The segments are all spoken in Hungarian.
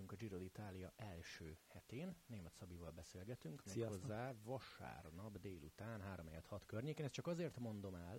vagyunk a Giro d'Italia első hetén. Németh Szabival beszélgetünk, Sziasztok. méghozzá vasárnap délután 3-6 környékén. Ezt csak azért mondom el,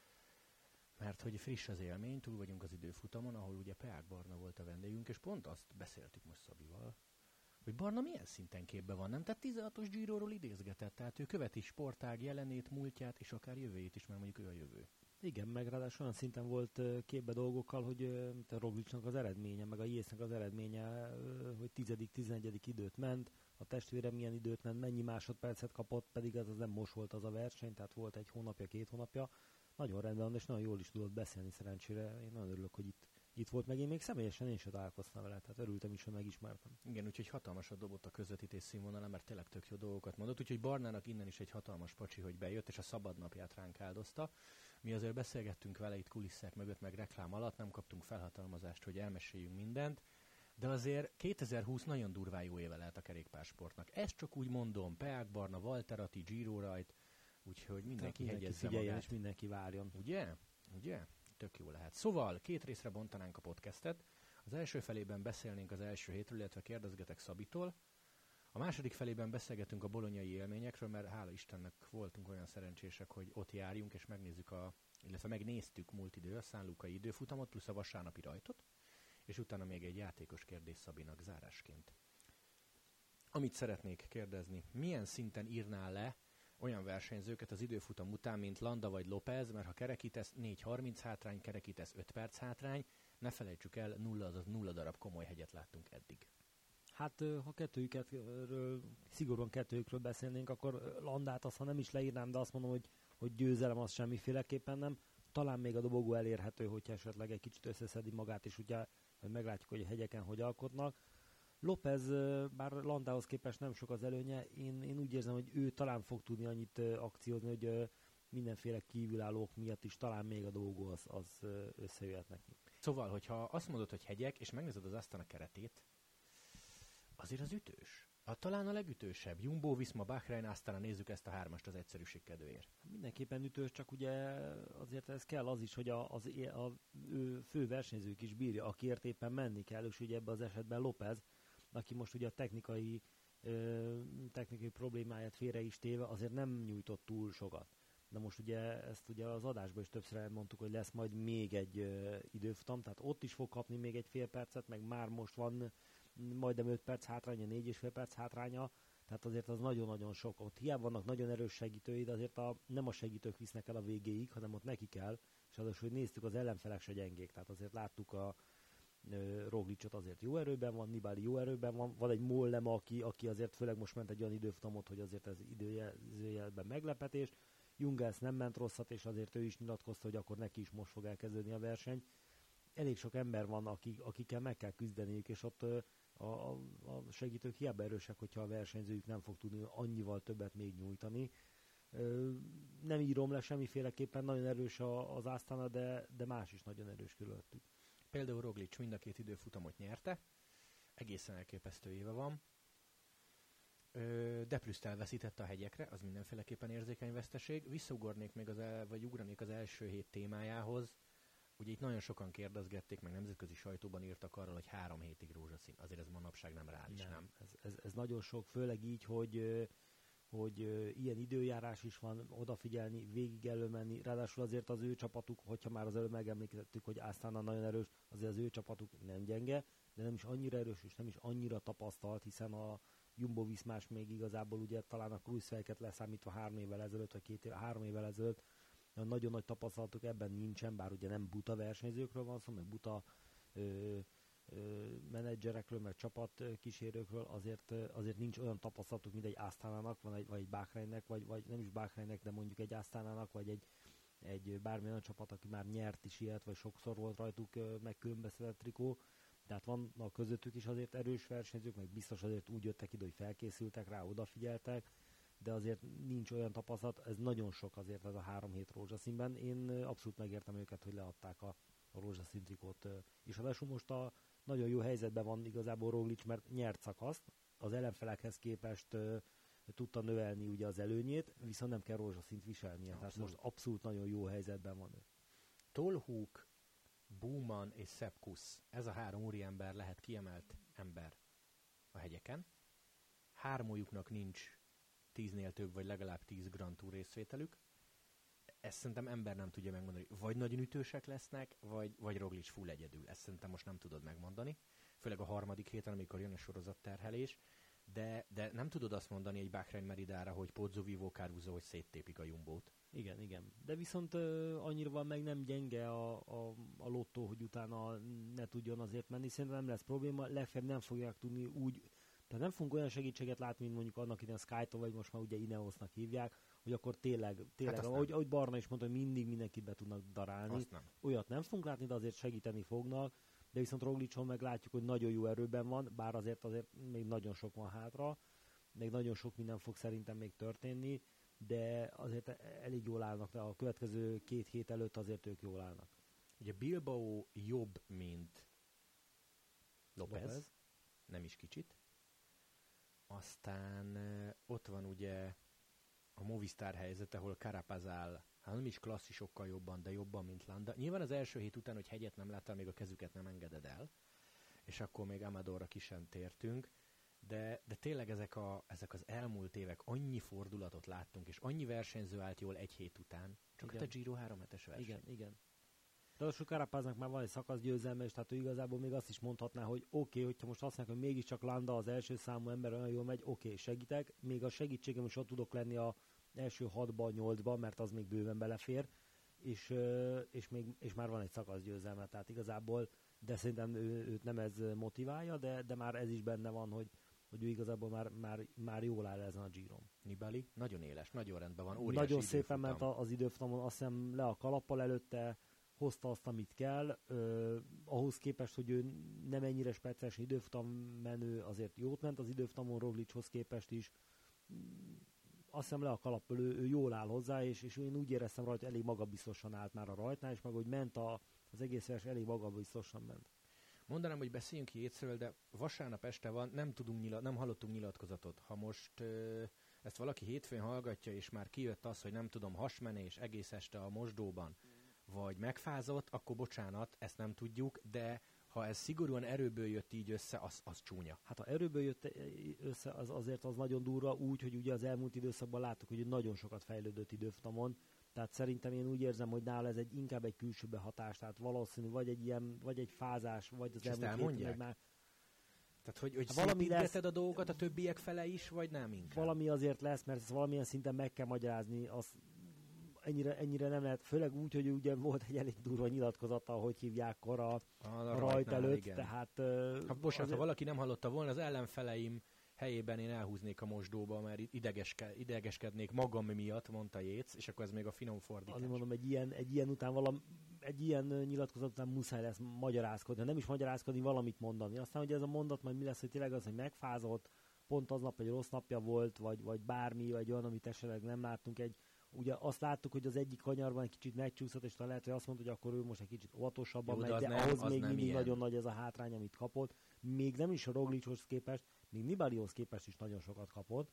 mert hogy friss az élmény, túl vagyunk az időfutamon, ahol ugye Peák Barna volt a vendégünk, és pont azt beszéltük most Szabival, hogy Barna milyen szinten képben van, nem? Tehát 16-os Giroról idézgetett, tehát ő követi sportág jelenét, múltját, és akár jövőjét is, mert mondjuk ő a jövő. Igen, meg ráadásul olyan szinten volt képbe dolgokkal, hogy a Roglicnak az eredménye, meg a Jéznek az eredménye, hogy 10.-11. időt ment, a testvére milyen időt ment, mennyi másodpercet kapott, pedig az nem most volt az a verseny, tehát volt 1 hónapja, 2 hónapja. Nagyon rendben van, és nagyon jól is tudott beszélni szerencsére. Én nagyon örülök, hogy itt volt, meg én még személyesen én sem találkoztam vele, tehát örültem is, hogy megismertem. Igen, úgyhogy hatalmasat dobott a közvetítés színvonalán, mert tényleg tök jó dolgokat mondott, úgyhogy Barnának innen is egy hatalmas pacsi, hogy bejött, és a szabadnapját ránk áldozta. Mi azért beszélgettünk vele itt kulisszák mögött, meg reklám alatt, nem kaptunk felhatalmazást, hogy elmeséljünk mindent, de azért 2020 nagyon durván jó éve lehet a kerékpársportnak. Ezt csak úgy mondom, Peák Barna, Walter Atti, Giro rajt, úgyhogy mindenki hegyezze magát. És mindenki várjon. Ugye? Ugye? Tök jó lehet. Szóval 2 részre bontanánk a podcastet. Az első felében beszélnénk az első hétről, illetve kérdezgetek Szabitól. A második felében beszélgetünk a bolonyai élményekről, mert hála Istennek voltunk olyan szerencsések, hogy ott járjunk, és megnézzük illetve megnéztük múlt idő, a Sanlucai időfutamot, plusz a vasárnapi rajtot, és utána még egy játékos kérdés Szabinak zárásként. Amit szeretnék kérdezni, milyen szinten írnál le olyan versenyzőket az időfutam után, mint Landa vagy López, mert ha kerekítesz 4.30 hátrány, kerekítesz 5 perc hátrány, ne felejtsük el, 0 darab komoly hegyet láttunk eddig. Hát, ha szigorúan kettőjükről beszélnénk, akkor Landát azt, ha nem is leírnám, de azt mondom, hogy győzelem az semmiféleképpen nem. Talán még a dobogó elérhető, hogyha esetleg egy kicsit összeszedi magát, és ugye meglátjuk, hogy a hegyeken hogy alkotnak. López, bár Landához képest nem sok az előnye, én úgy érzem, hogy ő talán fog tudni annyit akciózni, hogy mindenféle kívülállók miatt is talán még a dobogó az összejöhet neki. Szóval, hogyha azt mondod, hogy hegyek, és megnézed az Astana keretét, azért az ütős. Talán a legütősebb. Jumbo, Viszma, Bahrein, Astana, nézzük ezt a 3-ast az egyszerűség kedvéért. Mindenképpen ütős, csak ugye azért ez kell az is, hogy a fő versenyzők is bírja, akiért éppen menni kell, és ugye ebben az esetben López, aki most ugye a technikai problémáját félre is téve, azért nem nyújtott túl sokat. De most ugye ezt ugye az adásban is többször elmondtuk, hogy lesz majd még egy időfutam, tehát ott is fog kapni még egy fél percet, meg már most van majdnem 5 perc hátránya, 4,5 perc hátránya, tehát azért az nagyon-nagyon sok. Ott hiába vannak nagyon erős segítői, de azért nem a segítők visznek el a végéig, hanem ott neki kell, és az, hogy néztük, az ellenfelek se gyengék, tehát azért láttuk a Roglicot azért jó erőben van, Nibali jó erőben van egy Mollema, aki azért főleg most ment egy olyan időfutamot, hogy azért ez időjelben meglepetés. Jungels nem ment rosszat, és azért ő is nyilatkozta, hogy akkor neki is most fog elkezdődni a verseny. Elég sok ember van, akikkel meg kell küzdeniük, és ott a segítők hiába erősek, hogyha a versenyzőjük nem fog tudni annyival többet még nyújtani. Nem írom le semmiféleképpen, nagyon erős az Astana, de más is nagyon erős körülöttük. Például Roglic mind a 2 időfutamot nyerte, egészen elképesztő éve van, de pluszt elveszítette a hegyekre, az mindenféleképpen érzékeny veszteség. Visszaugornék még ugranék az első hét témájához. Ugye itt nagyon sokan kérdezgették, meg nemzetközi sajtóban írtak arról, hogy 3 hétig rózsaszín. Azért ez manapság nem reális, nem? Ez nagyon sok, főleg így, hogy ilyen időjárás is van, odafigyelni, végig előmenni. Ráadásul azért az ő csapatuk, hogyha már az előbb megemlítettük, hogy Astana nagyon erős, azért az ő csapatuk nem gyenge, de nem is annyira erős, és nem is annyira tapasztalt, hiszen a Jumbo Viszmás még igazából ugye talán a Kruijswijket leszámítva 3 évvel ezelőtt, vagy 3 évvel ezelőtt, nagyon nagy tapasztalatuk ebben nincsen, bár ugye nem buta versenyzőkről van szó, meg buta menedzserekről, meg csapatkísérőkről, azért nincs olyan tapasztalatuk, mint egy Astanának, vagy egy Bahreinnek, vagy nem is Bahreinnek, de mondjuk egy Astanának, vagy egy bármilyen csapat, aki már nyert is ilyet, vagy sokszor volt rajtuk megkülönböztetett trikó. Tehát vannak közöttük is azért erős versenyzők, meg biztos azért úgy jöttek ide, hogy felkészültek rá, odafigyeltek, de azért nincs olyan tapasztalat, ez nagyon sok azért ez a 3 hét rózsaszínben. Én abszolút megértem őket, hogy leadták a rózsaszín trikót. És ráadásul most nagyon jó helyzetben van igazából Roglic, mert nyert szakaszt, az ellenfelekhez képest tudta növelni ugye az előnyét, viszont nem kell rózsaszínt viselnie. Tehát most abszolút nagyon jó helyzetben van ő. Tolhuk, Bowman és Sepp Kuss. Ez a 3 úriember lehet kiemelt ember a hegyeken. Hármójuknak nincs 10-nél több, vagy legalább 10 Grand Tour részvételük. Ezt szerintem ember nem tudja megmondani. Vagy nagyon ütősek lesznek, vagy Roglic full egyedül. Ezt szerintem most nem tudod megmondani. Főleg a harmadik héten, amikor jön a sorozatterhelés. De nem tudod azt mondani egy Bahrein Meridára, hogy Pozzo Vivo Caruso, hogy széttépik a Jumbót. Igen. De viszont annyira van meg nem gyenge a lottó, hogy utána ne tudjon azért menni. Szerintem nem lesz probléma. Legfeljebb nem fogják tudni úgy, tehát nem fogunk olyan segítséget látni, mint mondjuk annak idején Sky-tól, vagy most már ugye Ineosnak hívják, hogy akkor tényleg hát ahogy Barna is mondta, hogy mindig mindenkit be tudnak darálni. Olyat nem fogunk látni, de azért segíteni fognak. De viszont Roglicson meg látjuk, hogy nagyon jó erőben van, bár azért még nagyon sok van hátra, még nagyon sok minden fog szerintem még történni, de azért elég jól állnak, de a következő 2 hét előtt azért ők jól állnak. Ugye Bilbao jobb, mint Lopez. Nem is kicsit. Aztán ott van ugye a Movistar helyzet, ahol Carapaz áll, hát nem is klasszisokkal jobban, de jobban, mint Landa. Nyilván az első hét után, hogy hegyet nem láttál, még a kezüket nem engeded el, és akkor még Amadorra ki sem tértünk, de tényleg ezek az elmúlt évek, annyi fordulatot láttunk, és annyi versenyző állt jól egy hét után, csak hát a Giro 3 hetes verseny. Igen. De a Carapaznak már van egy szakaszgyőzelme, és tehát ő igazából még azt is mondhatná, hogy oké, hogyha most azt mondják, hogy mégiscsak Landa az első számú ember olyan jól megy, oké, segítek, még a segítségem is ott tudok lenni az első 6-ban, 8-ban, mert az még bőven belefér, és már van egy szakaszgyőzelme, tehát igazából, de szerintem őt nem ez motiválja, de már ez is benne van, hogy ő igazából már jól áll ezen a Giron. Nibali nagyon éles, nagyon rendben van, óriási nagyon időfutam. szépen ment az időfutamon, azt hiszem le a kalappal előtte, hozta azt, amit kell, ahhoz képest, hogy ő nem ennyire speciális időfutam menő, azért jót ment az időfutamon Roglichoz képest is. Azt hiszem le a kalappal, ő jól áll hozzá, és én úgy éreztem rajta, hogy elég magabiztosan állt már a rajtnál, és meg hogy ment az egész vers, elég magabiztosan ment. Mondanám, hogy beszéljünk Yatesről, de vasárnap este van, nem hallottunk nyilatkozatot. Ha most ezt valaki hétfőn hallgatja, és már kijött az, hogy nem tudom, hasmenés egész este a mosdóban, vagy megfázott, akkor bocsánat, ezt nem tudjuk, de ha ez szigorúan erőből jött így össze, az csúnya. Hát ha erőből jött össze, azért az nagyon durva, úgy, hogy ugye az elmúlt időszakban láttuk, hogy nagyon sokat fejlődött időfutamon, tehát szerintem én úgy érzem, hogy nála ez inkább egy külső behatás, tehát valószínű vagy egy fázás, vagy az elmúlt héten már... Tehát, hogy szépítetted a dolgokat a többiek fele is, vagy nem inkább? Valami azért lesz, mert ezt valamilyen szinten meg kell magyarázni, azt ennyire nem lehet, főleg úgy, hogy ugye volt egy elég durva nyilatkozata, hogy hívják a rajt előtt, igen. Tehát... Ha valaki nem hallotta volna, az ellenfeleim helyében én elhúznék a mosdóba, mert idegeskednék magam miatt, mondta Yates, és akkor ez még a finom fordítás. Azért mondom, egy ilyen nyilatkozat után muszáj lesz magyarázkodni, nem is magyarázkodni, valamit mondani. Aztán, hogy ez a mondat majd mi lesz, hogy tényleg az, hogy megfázott, pont aznap egy rossz napja volt, vagy bármi, vagy olyan, amit esetleg nem láttunk ugye azt láttuk, hogy az egyik kanyarban egy kicsit megcsúszott, és talán lehet, hogy azt mondta, hogy akkor ő most egy kicsit óvatosabban megy, de ahhoz még mindig ilyen. Nagyon nagy ez a hátrány, amit kapott. Még nem is a Roglichoz képest, még Nibalihoz képest is nagyon sokat kapott.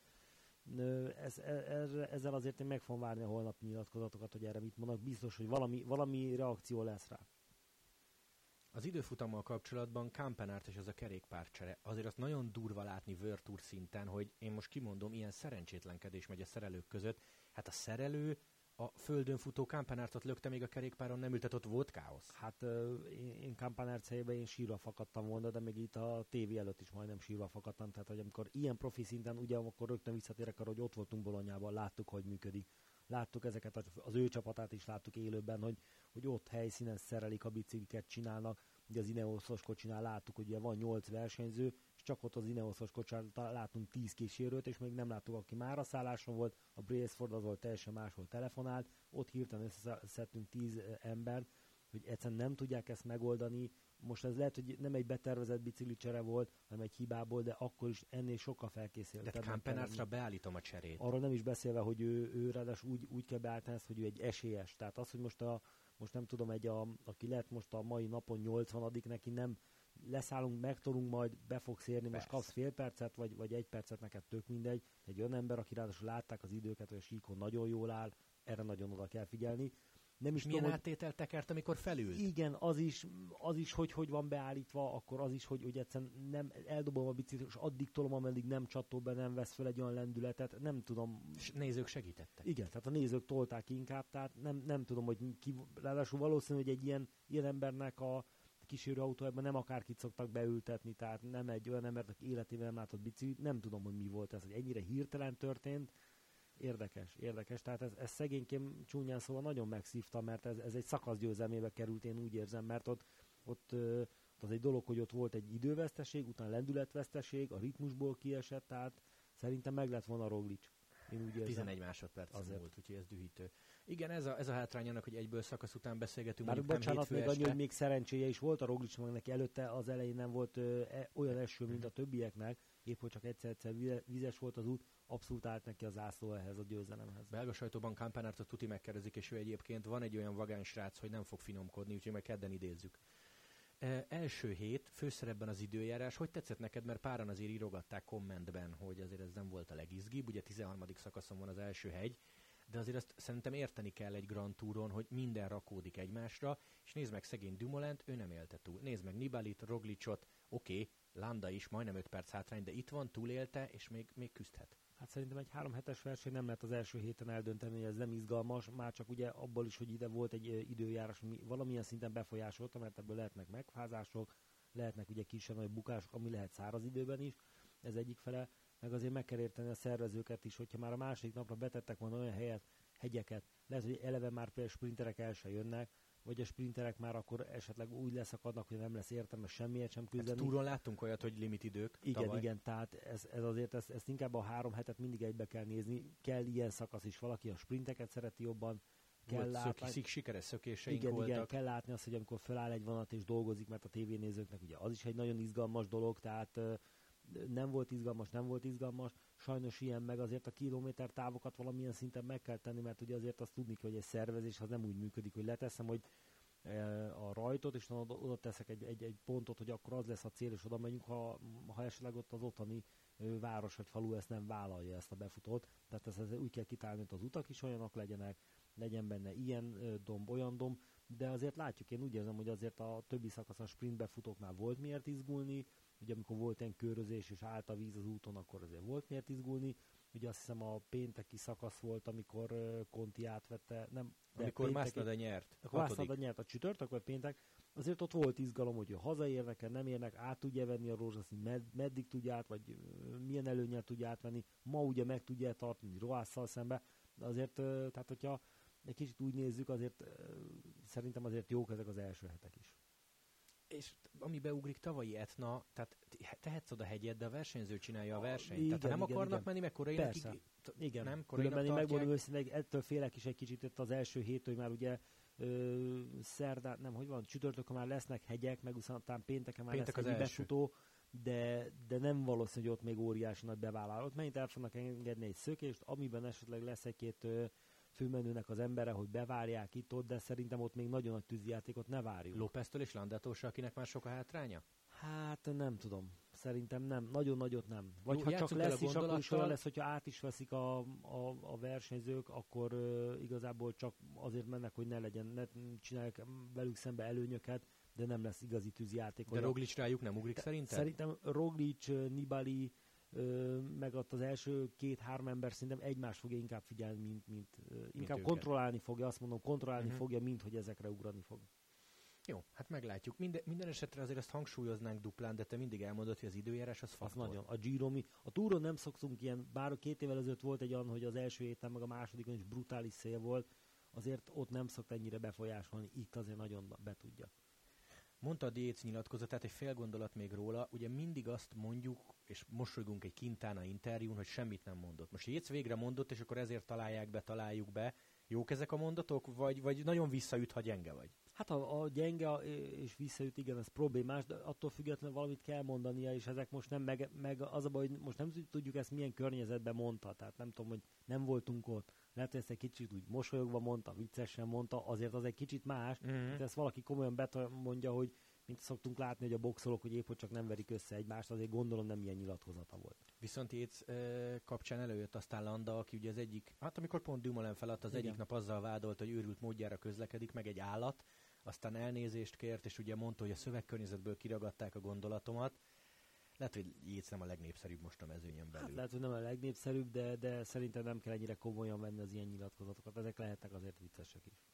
Ezzel azért én meg fogom várni a holnapi nyilatkozatokat, hogy erre mit mondanak. Biztos, hogy valami reakció lesz rá. Az időfutammal kapcsolatban Campenaert és az a kerékpárcsere. Azért azt nagyon durva látni World Tour szinten, hogy én most kimondom, ilyen szerencsétlenkedés megy a szerelők között. Hát a szerelő a földön futó Campenaertot lökte, még a kerékpáron nem ültet, ott volt káosz. Hát én Campenaert helyében én sírva fakadtam volna, de még itt a tévé előtt is majdnem sírva fakadtam. Tehát, hogy amikor ilyen profi szinten, ugye akkor rögtön visszatérek arra, hogy ott voltunk Bolonyában, láttuk, hogy működik. Láttuk ezeket, az ő csapatát is láttuk élőben, hogy ott helyszínen szerelik a bicikliket, csinálnak. Ugye az Ineosos kocsinál láttuk, hogy ugye van 8 versenyző, és csak ott az Ineosos kocsinál látunk 10 kísérőt, és még nem láttuk, aki már a szálláson volt, a Braceford az volt teljesen máshol telefonált, ott hirtelen összeszedtünk 10 embert, hogy egyszerűen nem tudják ezt megoldani. Most ez lehet, hogy nem egy betervezett biciklicsere volt, hanem egy hibából, de akkor is ennél sokkal felkészültebb. De Campenaertre beállítom a cserét. Arról nem is beszélve, hogy ő ráadásul úgy kell beállítani ezt, hogy ő egy esélyes. Tehát az, hogy most nem tudom, aki lett most a mai napon 80. neki nem leszállunk, megtolunk, majd be fogsz érni, most kapsz fél percet, vagy 1 percet, neked tök mindegy. Egy olyan ember, aki ráadásul látták az időket, hogy a síkon nagyon jól áll, erre nagyon oda kell figyelni. nem is milyen tudom, áttételt tekert, amikor felült? Igen, az is hogy van beállítva, akkor az is, hogy egyszerűen nem eldobom a biciklit, és addig tolom, ameddig nem csatol be, nem vesz fel egy olyan lendületet, nem tudom. És nézők segítettek? Igen, tehát a nézők tolták inkább, tehát nem tudom, hogy ki, ráadásul valószínű, hogy egy ilyen embernek a kísérő autójában nem akárkit szoktak beültetni, tehát nem egy olyan embert, aki életében nem látott biciklit, nem tudom, hogy mi volt ez, hogy ennyire hirtelen történt. Érdekes, tehát ez szegényként csúnyán szóval nagyon megszívta, mert ez egy szakaszgyőzelmébe került, én úgy érzem, mert ott az egy dolog, hogy ott volt egy időveszteség, utána lendületveszteség, a ritmusból kiesett, tehát szerintem meg lett volna Roglic. Én úgy érzem. 11 másodperc volt, úgyhogy ez dühítő. Igen, ez a hátrány annak, hogy egyből szakasz után beszélgetünk. Bár bocsánat, még annyi, hogy még szerencséje is volt a Roglicnak, neki előtte az elején nem volt olyan eső, mint a többieknek, épp hogy csak egyszer vizes volt az út, abszolút állt neki az zászló ehhez a győzelemhez. Belga sajtóban Campanártot tuti megkérdezik, és ő egyébként van egy olyan vagány srác, hogy nem fog finomkodni, úgyhogy meg kedden idézzük. Első hét, főszerepben az időjárás. Hogy tetszett neked, mert páran azért írogatták kommentben, hogy azért ez nem volt a legizgibb, ugye 13. szakaszon van az első hegy, de azért azt szerintem érteni kell egy Grand Touron, hogy minden rakódik egymásra, és nézd meg szegény Dumoulint, ő nem élte túl. Nézd meg Nibalit, Roglicot, oké, Landa is, majdnem 5 perc hátrány, de itt van, túlélte, és még küzdhet. Hát szerintem egy 3 hetes verseny nem lehet az első héten eldönteni, hogy ez nem izgalmas, már csak ugye abból is, hogy ide volt egy időjárás, ami valamilyen szinten befolyásolta, mert ebből lehetnek megfázások, lehetnek ugye kisebb nagy bukások, ami lehet száraz időben is, ez egyik fele, meg azért meg kell érteni a szervezőket is, hogyha már a második napra betettek volna olyan hegyeket, lehet, hogy eleve már például sprinterek el se jönnek, vagy a sprinterek már akkor esetleg úgy leszakadnak, hogy nem lesz értelme semmiért sem küzdeni. Hát túron láttunk olyat, hogy limitidők. Igen, tehát ez azért ezt inkább a 3 hetet mindig egybe kell nézni. Kell ilyen szakasz is, valaki a sprinteket szereti jobban. Kell látni, sikeres szökéseink voltak. Igen, kell látni azt, hogy amikor feláll egy vonat és dolgozik, mert a tévénézőknek ugye az is egy nagyon izgalmas dolog, tehát nem volt izgalmas, sajnos ilyen, meg azért a kilométer távokat valamilyen szinten meg kell tenni, mert ugye azért azt tudni kell, hogy egy szervezés az nem úgy működik, hogy leteszem, hogy a rajtot, és oda teszek egy pontot, hogy akkor az lesz a cél, és oda megyünk, ha esetleg ott az ottani város vagy falu ezt nem vállalja, ezt a befutót. Tehát ezt úgy kell kitálni, hogy az utak is olyanok legyen benne ilyen domb, olyan domb, de azért látjuk, én úgy érzem, hogy azért a többi szakasz a sprint befutóknál volt miért izgulni, ugye amikor volt ilyen körözés és állt a víz az úton, akkor azért volt miért izgulni. Ugye azt hiszem a pénteki szakasz volt, amikor Conti átvette, nem, de amikor Masnada nyert. Masnada nyert a csütörtök vagy péntek, azért ott volt izgalom, hogy hazaérnek-e, nem érnek, át tudja venni a rózsaszín, meddig tudja át, vagy milyen előnnyel tudja átvenni. Ma ugye meg tudja tartani Roásszal szembe, de azért, tehát hogyha egy kicsit úgy nézzük, azért szerintem azért jók ezek az első hetek is. És ami beugrik tavalyi Etna, tehát tehetsz oda hegyet, de a versenyző csinálja a versenyt. Igen, tehát ha nem akarnak menni, meg korainak igen, nem, korainak tartják. Megmondom őszintén, ettől félek is egy kicsit itt az első hét, hogy már ugye szerdán, nem, hogy van, csütörtökön már lesznek hegyek, meg utána pénteken már lesz egy befutó, de nem valószínű, hogy ott még óriási nagy bevállaló. Ott megint el fognak engedni egy szökést, amiben esetleg lesz egy-két főmenőnek az embere, hogy bevárják itt-ott, de szerintem ott még nagyon nagy tűzijátékot ne várjuk. Lópeztől és Landától, akinek már sok a hátránya? Hát nem tudom. Szerintem nem. Nagyon nagyot nem. Vagy jó, ha csak lesz is, akkor is olyan lesz, hogyha át is veszik a versenyzők, akkor igazából csak azért mennek, hogy ne csinálják velük szembe előnyöket, de nem lesz igazi tűzijáték. De Roglic rájuk nem ugrik szerintem? Szerintem Roglic, Nibali, meg ott az első 2-3 ember szerintem egymást fogja inkább figyelni, mint inkább kontrollálni fogja, azt mondom, fogja, mint hogy ezekre ugrani fog. Jó, hát meglátjuk. Minden esetre azért azt hangsúlyoznánk duplán, de te mindig elmondod, hogy az időjárás az faktor. Az nagyon. A Giromi. A Touron nem szoktunk ilyen, bár 2 évvel ezelőtt volt egy olyan, hogy az első héten meg a másodikon is brutális szél volt, azért ott nem szokt ennyire befolyásolni, itt azért nagyon betudja. Mondta a Yates nyilatkozatát, egy fél gondolat még róla, ugye mindig azt mondjuk, és mosolygunk egy Quintana interjún, hogy semmit nem mondott. Most Yates végre mondott, és akkor ezért találjuk be. Jók ezek a mondatok, vagy nagyon visszaüt, ha gyenge vagy? Hát a gyenge és visszaüt, igen, ez problémás, de attól függetlenül valamit kell mondania, és ezek most nem, meg az a baj, hogy most nem tudjuk ezt milyen környezetben mondta, tehát nem tudom, hogy nem voltunk ott. Lehet, hogy ezt egy kicsit úgy mosolyogva mondta, viccesen mondta, azért az egy kicsit más, de ezt valaki komolyan mondja, hogy mint szoktunk látni, hogy a boxolók, hogy épp hogy csak nem verik össze egymást, azért gondolom nem ilyen nyilatkozata volt. Viszont Yates kapcsán előjött aztán Landa, aki ugye az egyik, hát amikor pont Dumoulin feladta, az egyik nap azzal vádolt, hogy őrült módjára közlekedik, meg egy állat, aztán elnézést kért, és ugye mondta, hogy a szövegkörnyezetből kiragadták a gondolatomat. Lehet, hogy Yates nem a legnépszerűbb most a mezőnyön belül. Hát lehet, hogy nem a legnépszerűbb, de szerintem nem kell ennyire komolyan venni az ilyen nyilatkozatokat. Ezek lehetnek azért viccesek is.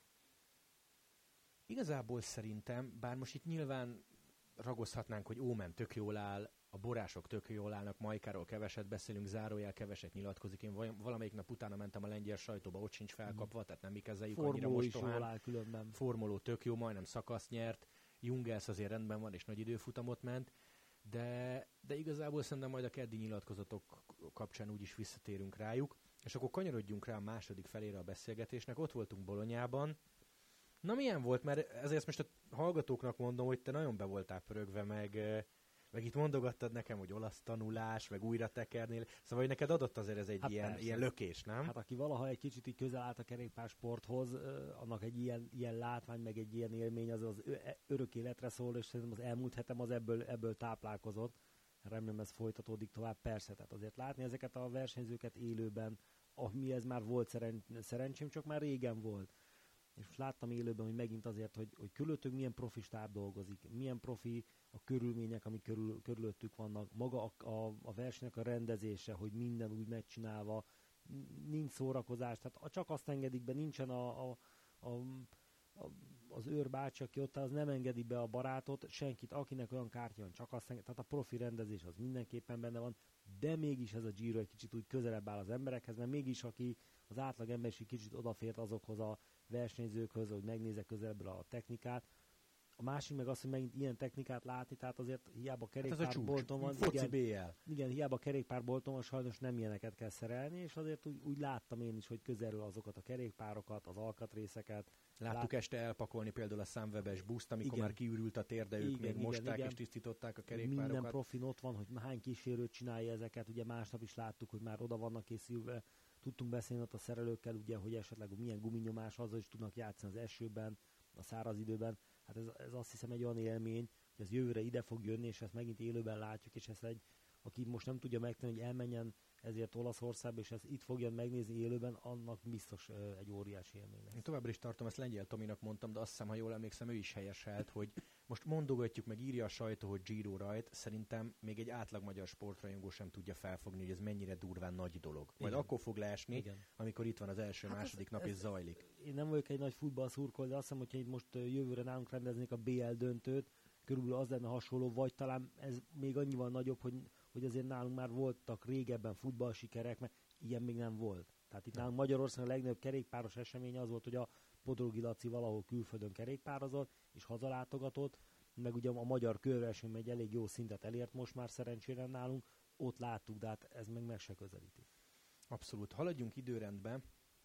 Igazából szerintem, bár most itt nyilván ragozhatnánk, hogy Ómen tök jól áll, a borások tök jól állnak, Majkáról keveset beszélünk, zárójel keveset nyilatkozik. Én valamelyik nap utána mentem a lengyel sajtóba, ott sincs felkapva, tehát nem mi kezeljük annyira mostohán. Formoló tök jó, majdnem szakaszt nyert, Jungels azért rendben van, és nagy időfutamot ment, de igazából szerintem majd a keddi nyilatkozatok kapcsán úgyis visszatérünk rájuk, és akkor kanyarodjunk rá a második felére a beszélgetésnek. Ott voltunk Bolonyában. Na milyen volt? Mert ezért most a hallgatóknak mondom, hogy te nagyon be voltál pörögve, meg itt mondogattad nekem, hogy olasz tanulás, meg újra tekernél. Szóval, hogy neked adott azért ez egy ilyen lökés, nem? Hát aki valaha egy kicsit így közel állt a kerékpársporthoz, annak egy ilyen látvány, meg egy ilyen élmény az örök életre szól, és szerintem az elmúlt hetem az ebből táplálkozott. Remélem ez folytatódik tovább, persze. Tehát azért látni ezeket a versenyzőket élőben, ami ez már volt szerencsém, csak már régen volt. És láttam élőben, hogy megint azért, hogy körülöttük milyen profi stáb dolgozik, milyen profi a körülmények, amik körülöttük vannak, maga a versenynek a rendezése, hogy minden úgy megcsinálva, nincs szórakozás, tehát csak azt engedik be, nincsen az őrbácsi, aki ott az nem engedi be a barátot, senkit, akinek olyan kártya van, csak azt engedi, tehát a profi rendezés az mindenképpen benne van, de mégis ez a Giro egy kicsit úgy közelebb áll az emberekhez, mert mégis aki az átlag ember is egy kicsit odafért azokhoz a versenyzőkhöz, hogy megnézek közelebbről a technikát. A másik meg az, hogy megint ilyen technikát látni, tehát azért hiába kerékpárbolton van. Igen, hiába kerékpárbolton van, sajnos nem ilyeneket kell szerelni, és azért úgy láttam én is, hogy közelről azokat a kerékpárokat, az alkatrészeket. Láttuk este elpakolni például a Sunwebes buszt, amikor már kiürült a tér, de ők még mosták és tisztították a kerékpárokat. Minden profin ott van, hogy hány kísérőt csinálja ezeket, ugye másnap is láttuk, hogy már oda vannak készülve. Tudtunk beszélni ott a szerelőkkel, ugye, hogy esetleg milyen guminyomás, azzal is tudnak játszani az esőben, a száraz időben. Hát ez azt hiszem egy olyan élmény, hogy ez jövőre ide fog jönni, és ezt megint élőben látjuk, és ezt aki most nem tudja megtenni, hogy elmenjen ezért Olaszországba, és ezt itt fogja megnézni élőben, annak biztos egy óriási élmény lesz. Én továbbra is tartom, ezt Lengyel Tominak mondtam, de azt hiszem, ha jól emlékszem, ő is helyeselt, hogy most mondogatjuk, meg írja a sajtó, hogy Giro rajt, szerintem még egy átlag magyar sportrajongó sem tudja felfogni, hogy ez mennyire durván nagy dolog. Majd akkor fog leesni, amikor itt van az első-második nap, és zajlik. Én nem vagyok egy nagy futballszurkoló, de azt hiszem, hogyha itt most jövőre nálunk rendeznék a BL döntőt, körülbelül az lenne hasonló, vagy talán ez még annyival nagyobb, hogy azért nálunk már voltak régebben futballsikerek, mert ilyen még nem volt. Tehát itt nálunk Magyarországon a legnagyobb kerékpáros esemény az volt, hogy a Podrogi Laci valahol külföldön kerékpározott, és hazalátogatott, meg ugye a magyar körverseny egy elég jó szintet elért most már szerencsére nálunk, ott láttuk, de hát ez meg se közelíti. Abszolút. Haladjunk időrendbe,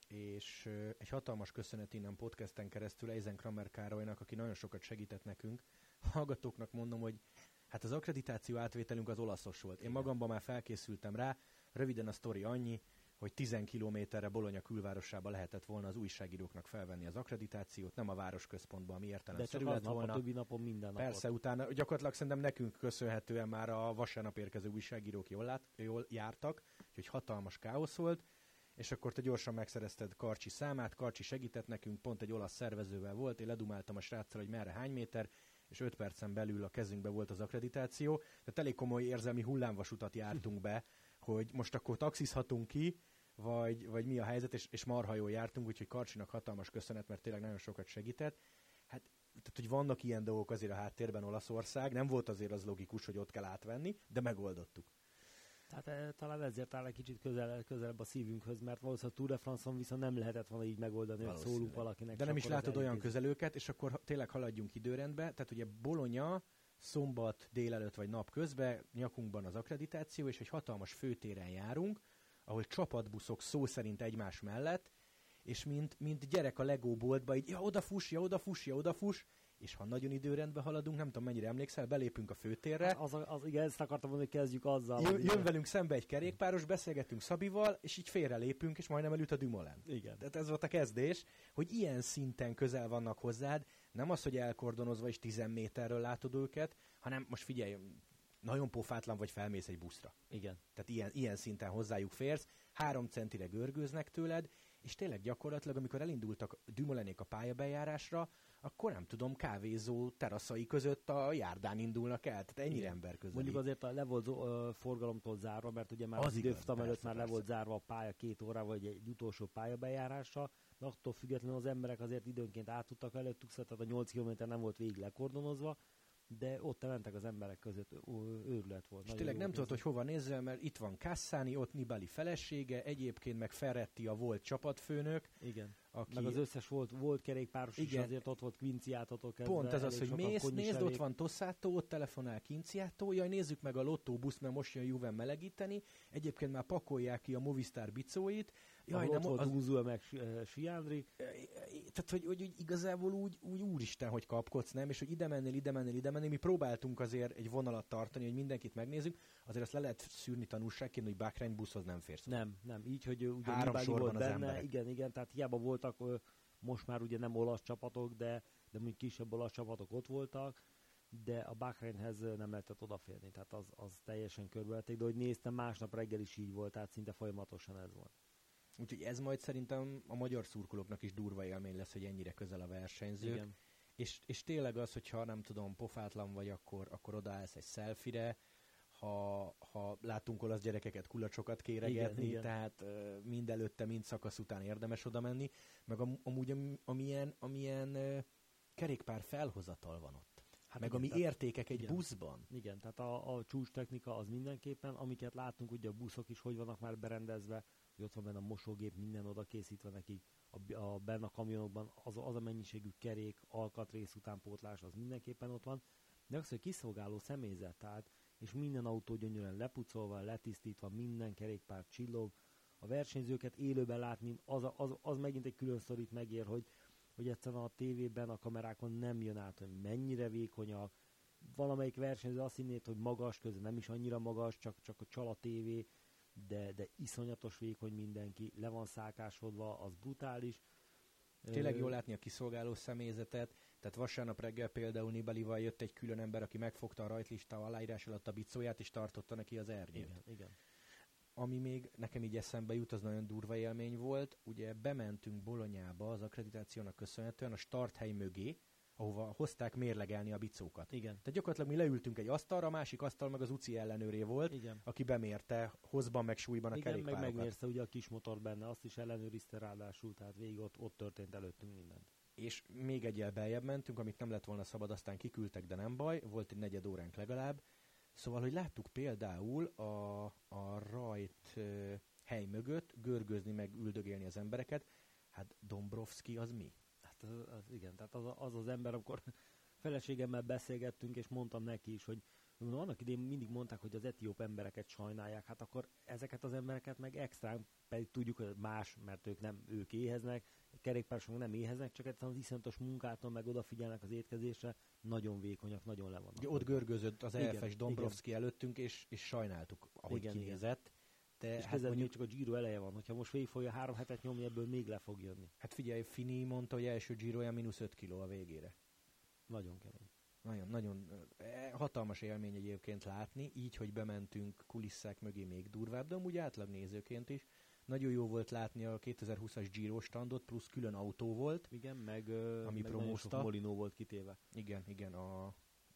és egy hatalmas köszönet innen podcasten keresztül Eisen Kramer Károlynak, aki nagyon sokat segített nekünk. Hallgatóknak mondom, hogy hát az akkreditáció átvételünk az olaszos volt. Én magamban már felkészültem rá, röviden a sztori annyi, hogy 10 kilométerre Bologna külvárosába lehetett volna az újságíróknak felvenni az akkreditációt, nem a városközpontban, ami értelemszerű lett volna. A többi napon minden napot. Persze, utána gyakorlatilag szerintem nekünk köszönhetően már a vasárnap érkező újságírók jól jártak, úgyhogy hatalmas káosz volt, és akkor te gyorsan megszerezted Karcsi számát, Karcsi segített nekünk, pont egy olasz szervezővel volt, én ledumáltam a sráccal, hogy merre hány méter, és 5 percen belül a kezünkbe volt az akkreditáció. Tehát elég komoly érzelmi hullámvasutat jártunk be, hogy most akkor taxizhatunk ki, vagy mi a helyzet, és marha jól jártunk, úgyhogy Karcsinak hatalmas köszönet, mert tényleg nagyon sokat segített. Hát, tehát, hogy vannak ilyen dolgok azért a háttérben Olaszország, nem volt azért az logikus, hogy ott kell átvenni, de megoldottuk. Tehát talán ezért áll egy kicsit közelebb a szívünkhöz, mert valószínűleg Tour de France-on viszont nem lehetett volna így megoldani, hogy szólunk valakinek. De nem is látod olyan közelőket, és akkor tényleg haladjunk időrendbe. Tehát ugye Bologna szombat délelőtt vagy nap közben, nyakunkban az akkreditáció, és egy hatalmas főtéren járunk, ahol csapatbuszok szó szerint egymás mellett, és mint gyerek a Lego boltba, így odafuss, és ha nagyon időrendben haladunk, nem tudom mennyire emlékszel, belépünk a főtérre. Az igen, ezt akartam mondani, hogy kezdjük azzal. Jön velünk szembe egy kerékpáros, beszélgetünk Szabival, és így félrelépünk, és majdnem elüt a Dumoulin. Igen. Tehát ez volt a kezdés, hogy ilyen szinten közel vannak hozzád, nem az, hogy elkordonozva és 10 méterről látod őket, hanem most figyelj, nagyon pofátlan vagy, felmész egy buszra. Igen. Tehát ilyen szinten hozzájuk férsz, 3 centire görgőznek tőled, és tényleg gyakorlatilag, amikor elindultak Dumoulinék a pályabejárásra, akkor nem tudom, kávézó teraszai között a járdán indulnak el, tehát ennyire ember közeli. Mondjuk azért le volt forgalomtól zárva, mert ugye már az időfutam előtt már le volt zárva a pálya 2 órával, vagy egy utolsó pályabejárásra, de attól függetlenül az emberek azért időnként át tudtak előttük, tehát a 8 km nem volt végig lekordonozva, de ott mentek az emberek között, őrület volt. És tényleg nem tudod, hogy hova nézzel, mert itt van Cassani, ott Nibali felesége, egyébként meg Ferretti a volt csapatfőnök. Igen, meg az összes volt kerékpáros is, azért ott volt Quinciától kezdve. Pont ez az, hogy nézd, ott van Tossátó, ott telefonál Quinciátó, jaj, nézzük meg a lottóbusz, mert most jön Juven melegíteni, egyébként már pakolják ki a Movistar bicóit. Jaj, nem, ott volt Úzul meg Siandri. Tehát, hogy igazából úgy úristen, hogy kapkodsz, nem? És hogy ide mennél, mi próbáltunk azért egy vonalat tartani, hogy mindenkit megnézzük, azért azt le lehet szűrni tanulságként, hogy Bahrein buszhoz nem férsz. Nem, így, hogy ugye 3 sorban volt az benne, emberek. igen, tehát hiába voltak most már ugye nem olasz csapatok, de mondjuk kisebb olasz csapatok ott voltak, de a Bahreinhez nem lehetett odaférni, tehát az teljesen körbevették, de hogy néztem, másnap reggel is így volt, tehát szinte folyamatosan ez volt. Úgyhogy ez majd szerintem a magyar szurkolóknak is durva élmény lesz, hogy ennyire közel a versenyzők. Igen. És tényleg az, hogyha nem tudom, pofátlan vagy, akkor odaállsz egy selfie-re, ha látunk olasz gyerekeket kulacsokat kéregetni, igen. tehát mind előtte, mind szakasz után érdemes oda menni, meg amúgy amilyen kerékpár felhozatal van ott. Hát meg ami értékek egy buszban. Igen, tehát a csúcs technika az mindenképpen, amiket látunk, ugye a buszok is hogy vannak már berendezve, hogy ott van benne a mosógép, minden oda készítve nekik, benne a kamionokban az a mennyiségű kerék, alkatrész utánpótlás, az mindenképpen ott van, de az, hogy kiszolgáló személyzet, tehát, és minden autó gyönyörűen lepucolva, letisztítva, minden kerékpár csillog, a versenyzőket élőben látni, az megint egy külön sztorit megér, hogy egyszerűen a tévében, a kamerákon nem jön át, hogy mennyire vékonyak. Valamelyik versenyző azt hinnéd, hogy magas, közben nem is annyira magas, csak a csal a tévé, de iszonyatos vékony mindenki, le van szálkásodva, az brutális. Tényleg jól látni a kiszolgáló személyzetet, tehát vasárnap reggel például Nibalival jött egy külön ember, aki megfogta a rajtlista aláírás alatt a bicóját, és tartotta neki az ernyőt. Igen. Ami még nekem így eszembe jut, az nagyon durva élmény volt. Ugye bementünk Bolonyába az akkreditációnak köszönhetően a starthely mögé, ahova hozták mérlegelni a bicókat. Igen. Tehát gyakorlatilag mi leültünk egy asztalra, a másik asztal meg az UCI ellenőré volt, igen. Aki bemérte hozban meg súlyban a kerékpárokat. Igen, meg megmérte ugye a kismotor benne, azt is ellenőrizte ráadásul, tehát végig ott történt előttünk minden. És még egyel beljebb mentünk, amit nem lett volna szabad, aztán kiküldtek, de nem baj, volt egy 4 óránk legalább. Szóval, hogy láttuk például a rajt hely mögött görgőzni, meg üldögélni az embereket, hát Dombrovski az mi? Hát igen, tehát az ember, amikor feleségemmel beszélgettünk, és mondtam neki is, hogy annak idén mindig mondták, hogy az etióp embereket sajnálják, hát akkor ezeket az embereket meg extrán, pedig tudjuk, hogy más, mert ők éheznek, kerékpárosok nem éheznek, csak egyszerűen az iszonyatos munkától meg odafigyelnek az étkezésre, nagyon vékonyak, nagyon le vannak. Ott görgözött az elfes Dombrovski előttünk, és sajnáltuk, ahogy kinézett. De és hát mondjuk csak a Giro eleje van, hogyha most végig fogja 3 hetet nyomni, ebből még le fog jönni. Hát figyelj, Fini mondta, hogy első Giroja -5 kiló a végére. Nagyon kemény. Nagyon hatalmas élmény egyébként látni, így, hogy bementünk kulisszák mögé még durvább, de amúgy átlagnézőként is. Nagyon jó volt látni a 2020-as Giro standot, plusz külön autó volt. Igen, meg ami promózta. Molino volt kitéve. Igen, a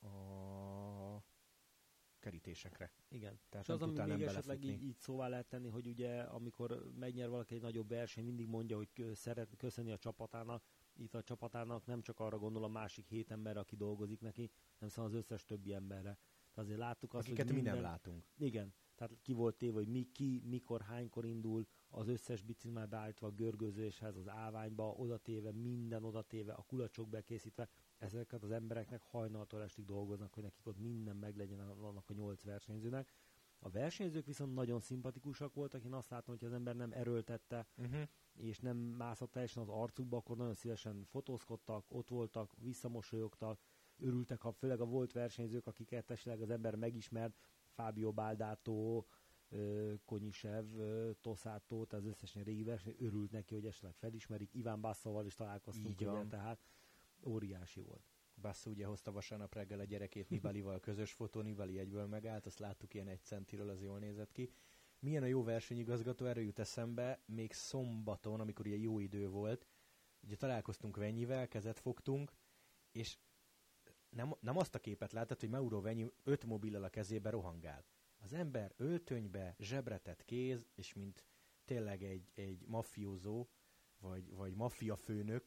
kerítésekre. Igen. Tehát és az, ami még esetleg így szóvá lehet tenni, hogy ugye amikor megnyer valaki egy nagyobb verseny, mindig mondja, hogy köszöni a csapatának. Itt a csapatának nem csak arra gondol a másik 7 ember, aki dolgozik neki, hanem szóval az összes többi emberre. Tehát azért láttuk azt, akiket hogy mi nem látunk. Igen. Tehát ki volt téve, hogy mikor, hánykor indul, az összes bicikli már beállítva a görgözéshez, az állványba, odatéve, minden odatéve, a kulacsok bekészítve. Ezeket az embereknek hajnaltól estig dolgoznak, hogy nekik ott minden meglegyen annak a 8 versenyzőnek. A versenyzők viszont nagyon szimpatikusak voltak, én azt látom, hogy az ember nem erőltette, és nem mászott teljesen az arcukba, akkor nagyon szívesen fotózkodtak, ott voltak, visszamosolyogtak, örültek, ha főleg a volt versenyzők, akiket esetleg az ember megismert, Fábio Baldato, Konyisev, Tosato, tehát az összesen régi verseny, örült neki, hogy esetleg felismerik, Iván Basszóval is találkoztunk, ugye, tehát óriási volt. Bassza ugye hozta vasárnap reggel a gyerekét Nibalival közös fotó, Nibali egyből megállt, azt láttuk ilyen 1 centiről, az jól nézett ki. Milyen a jó versenyigazgató, erről jut eszembe, még szombaton, amikor ugye jó idő volt, ugye találkoztunk Venyivel, kezet fogtunk, és nem azt a képet láttad, hogy Mauro Venyi 5 mobillal a kezébe rohangál. Az ember öltönybe, zsebretett kéz, és mint tényleg egy mafiózó, vagy maffiafőnök,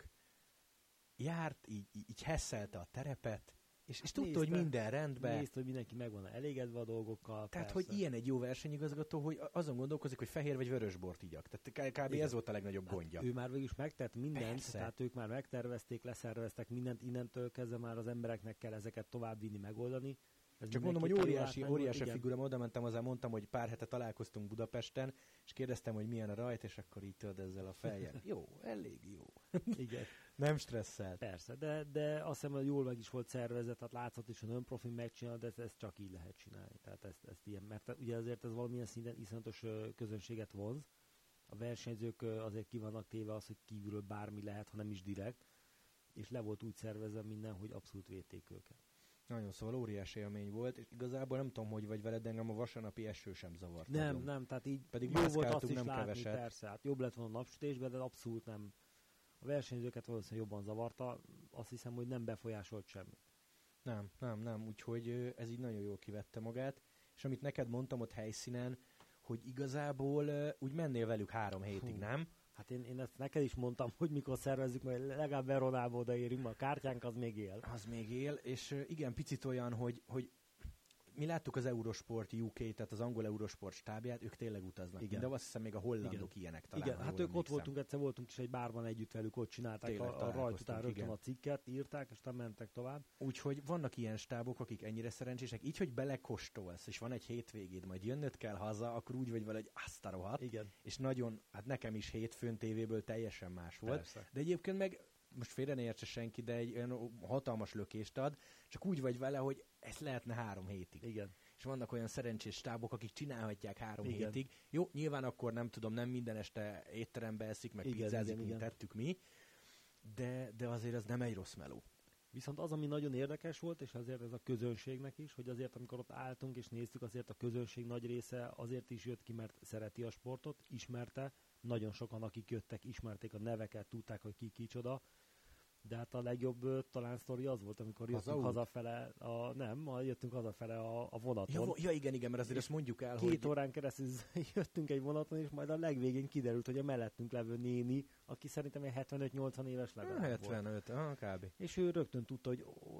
járt, így hesszelte a terepet, és tudta, hogy minden rendben. Nézd, hogy mindenki meg van elégedve a dolgokkal. Tehát, persze. hogy ilyen egy jó versenyigazgató, hogy azon gondolkozik, hogy fehér vagy vörös bort igyak. Tehát kb. Igen. Ez volt a legnagyobb gondja. Ő már végül is megtett mindent, Persze. tehát ők már megtervezték, leszerveztek mindent, innentől kezdve már az embereknek kell ezeket továbbvinni, megoldani. Ez csak mondom, hogy óriási igen. figura, oda mentem hozzá, mondtam, hogy pár hete találkoztunk Budapesten, és kérdeztem, hogy milyen a rajt, és akkor így tudod ezzel a fejjel. Jó, elég jó. Igen. Nem stresszelt. Persze, de azt hiszem, hogy jól meg is volt szervezet, tehát látszott is, hogy non-profit megcsinál, de ezt csak így lehet csinálni. Tehát ezt ilyen, mert ugye azért ez valamilyen szinten iszonyatos közönséget vonz. A versenyzők azért ki vannak téve az, hogy kívülről bármi lehet, ha nem is direkt, és le volt úgy szervezve minden, hogy abszolút védték őket. Nagyon, szóval óriási élmény volt, és igazából nem tudom, hogy vagy veled, de engem a vasárnapi eső sem zavart. Nem, tehát így pedig jó volt azt is nem látni, keveset. persze, hát jobb lett volna a napsütésben, de abszolút nem. A versenyzőket valószínűleg jobban zavarta, azt hiszem, hogy nem befolyásolt semmi. Nem, úgyhogy ez így nagyon jól kivette magát, és amit neked mondtam ott helyszínen, hogy igazából úgy mennél velük 3 hétig, nem? Hát én ezt neked is mondtam, hogy mikor szervezzük, majd legalább Veronába odaérünk, mert a kártyánk az még él. Az még él, és igen, picit olyan, hogy mi láttuk az Eurosport UK, tehát az angol Eurosport stábját, ők tényleg utaznak. Igen. De azt hiszem még a hollandok ilyenek talán. Igen, hát ők ott voltunk, egyszer voltunk is egy bárban együtt velük, ott csinálták Tényleg a rajt után rögtön igen. a cikket, írták, és utána mentek tovább. Úgyhogy vannak ilyen stábok, akik ennyire szerencsések, így, hogy belekóstolsz, és van egy hétvégéd, majd jönnöd kell haza, akkor úgy vagy vele, hogy azt a rohadt. Igen. És nagyon, hát nekem is hétfőn tévéből teljesen más volt. Persze. De egyébként meg, most félre ne értse senki, de egy olyan hatalmas lökést ad, csak úgy vagy vele, hogy ez lehetne 3 hétig. Igen. És vannak olyan szerencsés stábok, akik csinálhatják 3 Igen. hétig. Jó, nyilván akkor nem tudom, nem minden este étterembe eszik, meg pizzázik, mint igen. tettük mi, de azért az nem egy rossz meló. Viszont az, ami nagyon érdekes volt, és azért ez a közönségnek is, hogy azért amikor ott álltunk és néztük, azért a közönség nagy része azért is jött ki, mert szereti a sportot, ismerte, nagyon sokan, akik jöttek, ismerték a neveket, tudták, hogy ki kicsoda, de hát a legjobb talán sztori az volt, amikor jöttünk hazafele, jöttünk hazafele a vonaton. Ja, igen, mert azért ezt mondjuk el, 2 órán keresztül jöttünk egy vonaton, és majd a legvégén kiderült, hogy a mellettünk levő néni, aki szerintem egy 75-80 éves legalább 75, kb. És ő rögtön tudta,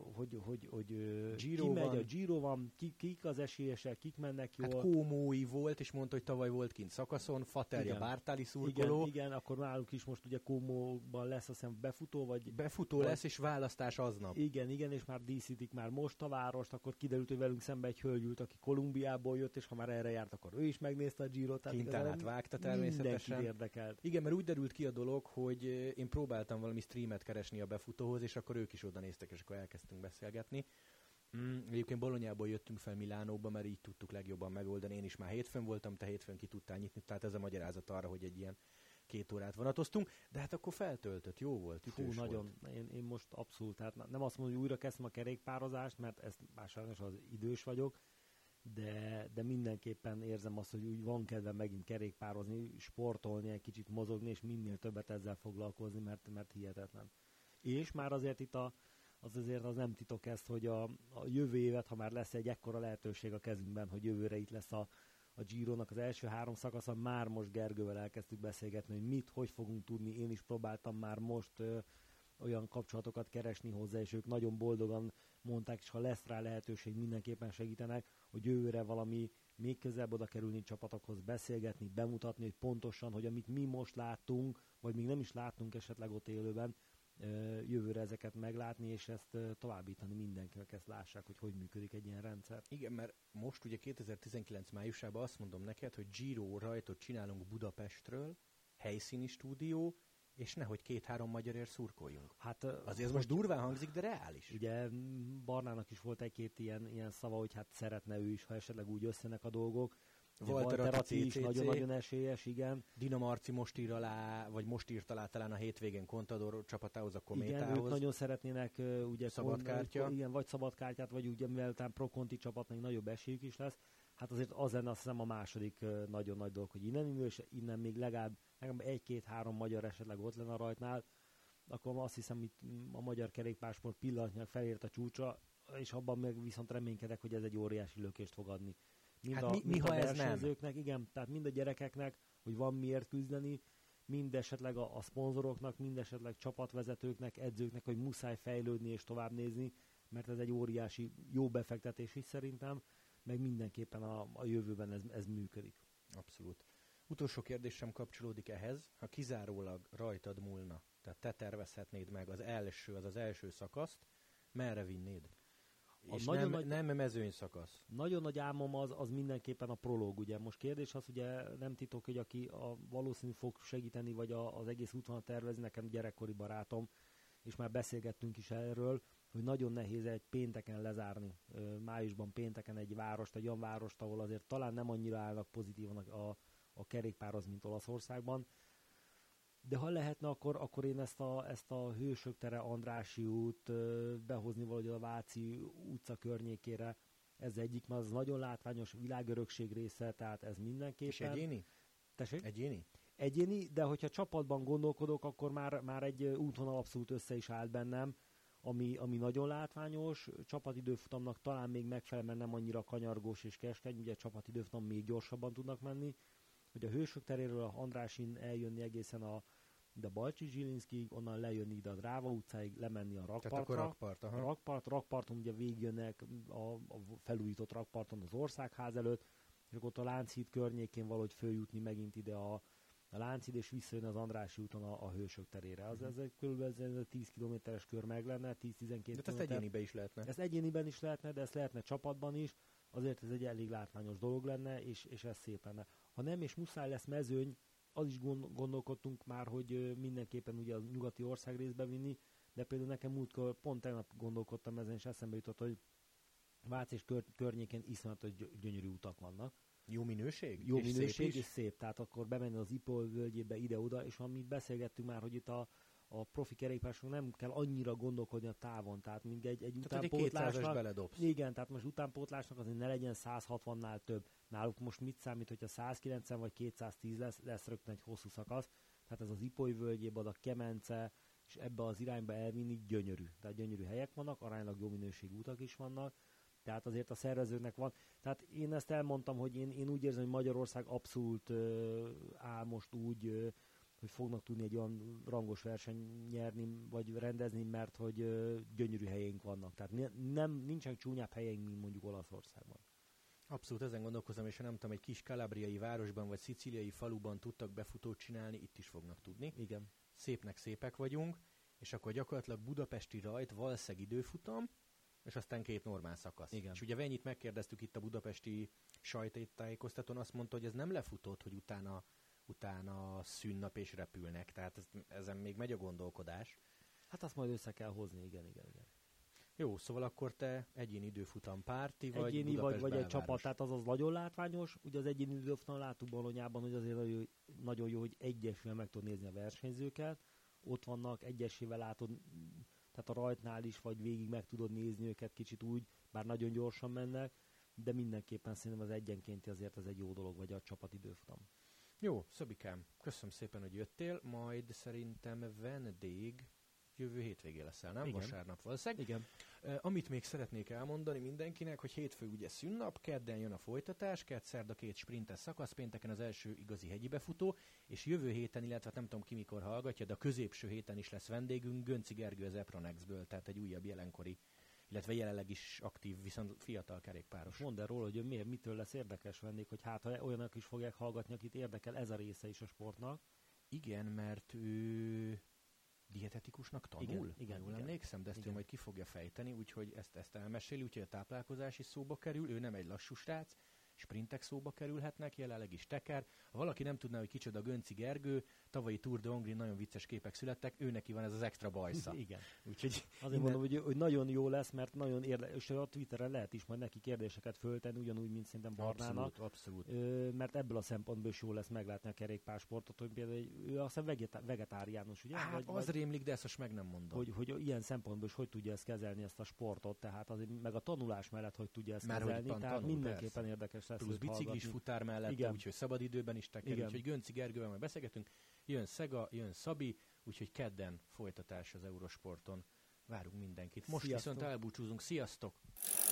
hogy Giro ki megy, van. a Giro van, kik az esélyesek, kik mennek jól. Hát Kómói volt, és mondta, hogy tavaly volt kint szakaszon, Faterja Bártáli szurkoló. Igen, akkor náluk is most ugye Kómóban lesz, azt hiszem befutó, vagy... Befutó lesz, és választás aznap. Igen, és már díszítik már most a várost, akkor kiderült, hogy velünk szembe egy hölgy ült, aki Kolumbiából jött, és ha már erre járt, akkor ő is megnézte a Girot. Kintán átvágta természetesen. Mindenki érdekelt. Igen, mert úgy derült ki a dolog, hogy én próbáltam valami streamet keresni a befutóhoz, és akkor ők is oda néztek, és akkor elkezdtünk beszélgetni. Egyébként Bolognából jöttünk fel Milánóba, mert így tudtuk legjobban megoldani. Én is már hétfőn voltam, te hétfőn ki tudtál nyitni, tehát ez a magyarázat arra, hogy egy ilyen 2 órát vonatoztunk, de hát akkor feltöltött, jó volt, ütős nagyon. volt. Én most abszolút, tehát nem azt mondom, hogy újra kezdtem a kerékpározást, mert ezt már sajnos az idős vagyok, de mindenképpen érzem azt, hogy úgy van kedvem megint kerékpározni, sportolni, egy kicsit mozogni, és minél többet ezzel foglalkozni, mert hihetetlen. És már azért itt az nem titok ezt, hogy a jövő évet, ha már lesz egy ekkora lehetőség a kezünkben, hogy jövőre itt lesz a Gironak az első 3 szakasza, már most Gergővel elkezdtük beszélgetni, hogy hogy fogunk tudni. Én is próbáltam már most olyan kapcsolatokat keresni hozzá, és ők nagyon boldogan mondták, és ha lesz rá lehetőség, mindenképpen segítenek, hogy jövőre valami még közelebb oda kerülni csapatokhoz, beszélgetni, bemutatni, hogy pontosan, hogy amit mi most láttunk, vagy még nem is láttunk esetleg ott élőben, jövőre ezeket meglátni, és ezt továbbítani mindenkinek, ezt lássák, hogy működik egy ilyen rendszer. Igen, mert most ugye 2019 májusában azt mondom neked, hogy Giro rajtot csinálunk Budapestről, helyszíni stúdió, és nehogy 2-3 magyarért szurkoljunk. Hát azért most durván hangzik, de reális. Ugye Barnának is volt egy-két ilyen szava, hogy hát szeretne ő is, ha esetleg úgy összenek a dolgok, Walter Atty is CCC. nagyon-nagyon esélyes, igen. Dina Marci most ír alá, vagy most írt alá talán a hétvégén Contador csapatához, a Kométához. Igen, ők nagyon szeretnének ugye szabadkártya. Igen, vagy szabadkártyát, vagy ugye mivel után Pro Conti csapatnak nagyobb esélyük is lesz. Hát azért az lenne azt hiszem a második nagyon nagy dolog, hogy innen indul, és innen még legalább 1-2-3 magyar esetleg ott lenne a rajtnál, akkor azt hiszem, itt a magyar kerékpársport pillanatnyilag felért a csúcsra, és abban meg viszont reménykedek, hogy ez egy óriási lökést fog adni. Mind a versenyzőknek, igen, tehát mind a gyerekeknek, hogy van miért küzdeni, mind esetleg a szponzoroknak, mind esetleg csapatvezetőknek, edzőknek, hogy muszáj fejlődni és tovább nézni, mert ez egy óriási jó befektetés is szerintem, meg mindenképpen a jövőben ez működik. Abszolút. Utolsó kérdésem kapcsolódik ehhez, ha kizárólag rajtad múlna, tehát te tervezhetnéd meg az első szakaszt, merre vinnéd? És nem mezőny szakasz. Nagyon nagy álmom az mindenképpen a prológ, ugye. Most kérdés az, ugye nem titok, hogy aki valószínű fog segíteni, vagy az egész útvonalat tervezni, nekem gyerekkori barátom, és már beszélgettünk is erről, hogy nagyon nehéz egy pénteken lezárni, májusban pénteken egy olyan várost, ahol azért talán nem annyira állnak pozitívan a kerékpárhoz, mint Olaszországban. De ha lehetne, akkor én ezt a Hősök tere, Andrássy út behozni valahogy a Váci utca környékére. Ez egyik, mert az nagyon látványos világörökség része, tehát ez mindenképpen. És egyéni? Tessék? Egyéni? Egyéni, de hogyha csapatban gondolkodok, akkor már egy útvonal abszolút össze is állt bennem, ami nagyon látványos. Csapatidőfutamnak talán még megfelel, mert nem annyira kanyargós és keskeny, ugye csapatidőfutam még gyorsabban tudnak menni. Hogy a Hősök teréről a Andrássyn eljönni egészen a Balcsi Zsilinszkig, onnan lejönni ide a Dráva utcáig, lemenni a rakpartra. Tehát akkor rakparton ugye végigjönnek a felújított rakparton az Országház előtt, és akkor ott a Lánchíd környékén valahogy följutni megint ide a Lánchíd, és visszajönni az Andrássy úton a Hősök terére. Ez egy kb. 10 kilométeres kör meg lenne, 10-12 kilométer. De ezt egyéniben is lehetne. Ezt egyéniben is lehetne, de ezt lehetne csapatban is. Azért ez egy elég látványos dolog lenne, és ez szép lenne. Ha nem, és muszáj lesz mezőny, az is gondolkodtunk már, hogy mindenképpen ugye a nyugati országrészbe vinni, de például nekem múltkor pont tegnap gondolkodtam ezen, és eszembe jutott, hogy Vác és környékén iszonyatos gyönyörű utak vannak. Jó minőség? Jó minőség és szép, tehát akkor bemenni az Ipoly völgyébe ide-oda, és amit beszélgettünk már, hogy itt a profi kerékpárosok nem kell annyira gondolkodni a távon, tehát még egy utánpótlásnak. Beledobsz. Igen, tehát most utánpótlásnak azért ne legyen 160-nál több. Náluk most mit számít, hogyha 190 vagy 210 lesz rögtön egy hosszú szakasz, tehát ez az Ipoly völgyébe, a Kemence, és ebbe az irányba elvinni gyönyörű. Tehát gyönyörű helyek vannak, aránylag jó minőségű utak is vannak, tehát azért a szervezőknek van. Tehát én ezt elmondtam, hogy én úgy érzem, hogy Magyarország abszolút áll most úgy, hogy fognak tudni egy olyan rangos verseny nyerni, vagy rendezni, mert hogy gyönyörű helyeink vannak. Tehát nincsenek csúnyább helyeink, mint mondjuk Olaszországban. Abszolút ezen gondolkozom, és ha nem tudom, egy kis kalabriai városban, vagy szicíliai faluban tudtak befutót csinálni, itt is fognak tudni. Igen. Szépnek szépek vagyunk, és akkor gyakorlatilag budapesti rajt, Valszeg időfutam, és aztán 2 normál szakasz. Igen. És ugye Venyit megkérdeztük itt a budapesti sajtótájékoztatón, azt mondta, hogy ez nem lefutott, hogy utána szünnap és repülnek, tehát ezen még megy a gondolkodás. Hát azt majd össze kell hozni, igen. Jó, szóval akkor te egyéni időfutam párti, vagy egyéni Budapest vagy egy belváros. csapat, tehát az nagyon látványos. Ugye az egyéni időfutam láttuk Bolonyában, hogy azért nagyon jó, hogy egyesével meg tud nézni a versenyzőket. Ott vannak, egyesével látod, tehát a rajtnál is, vagy végig meg tudod nézni őket kicsit úgy, bár nagyon gyorsan mennek, de mindenképpen szerintem az egyenkénti azért ez egy jó dolog, vagy a csapatidőfutam. Jó, Szabikám, köszönöm szépen, hogy jöttél, majd szerintem vendég jövő hétvégén leszel, nem? Igen. Vasárnap valószínűleg. Igen. Amit még szeretnék elmondani mindenkinek, hogy hétfő ugye szünnap, kedden jön a folytatás, szerda 2 sprintes szakasz, pénteken az első igazi hegyi befutó, és jövő héten, illetve nem tudom ki mikor hallgatja, de a középső héten is lesz vendégünk, Gönci Gergő az Epronexből, tehát egy újabb jelenkori, illetve jelenleg is aktív, viszont fiatal kerékpáros. Mondd el róla, hogy mitől lesz érdekes vendég, hogy hát ha olyanok is fogják hallgatni, akit érdekel ez a része is a sportnak. Igen, mert ő dietetikusnak tanul? Igen, jól emlékszem, de ezt ő majd ki fogja fejteni, úgyhogy ezt elmeséli, úgyhogy a táplálkozás is szóba kerül, ő nem egy lassú srác, sprintek szóba kerülhetnek, jelenleg is teker. Ha valaki nem tudná, hogy kicsoda Gönci Gergő, tavalyi Tour de Hongrie nagyon vicces képek születtek, ő neki van ez az extra bajsza. Igen. Úgyhogy azért mondom, hogy nagyon jó lesz, mert nagyon érdekes, és a Twitteren lehet is majd neki kérdéseket föltenni, ugyanúgy, mint szerintem Barnának. Abszolút. Mert ebből a szempontból is jó lesz meglátni a kerékpársportot, hogy például ő azt hiszem vegetáriánus, ugye? Hát az rémlik, de ezt most meg nem mondom. Hogy ilyen szempontból is hogy tudja ezt kezelni, ezt a sportot, tehát azért meg a tanulás mellett hogy tudja ezt kezelni, tehát mindenképpen persze. Érdekes lesz. Plusz biciklis futár mellett, úgyhogy szabadidőben is teker, úgyhogy Gönci Gergővel majd beszélgetünk. Jön Szega, jön Szabi, úgyhogy kedden folytatás az Eurosporton. Várunk mindenkit. Most viszont elbúcsúzunk. Sziasztok!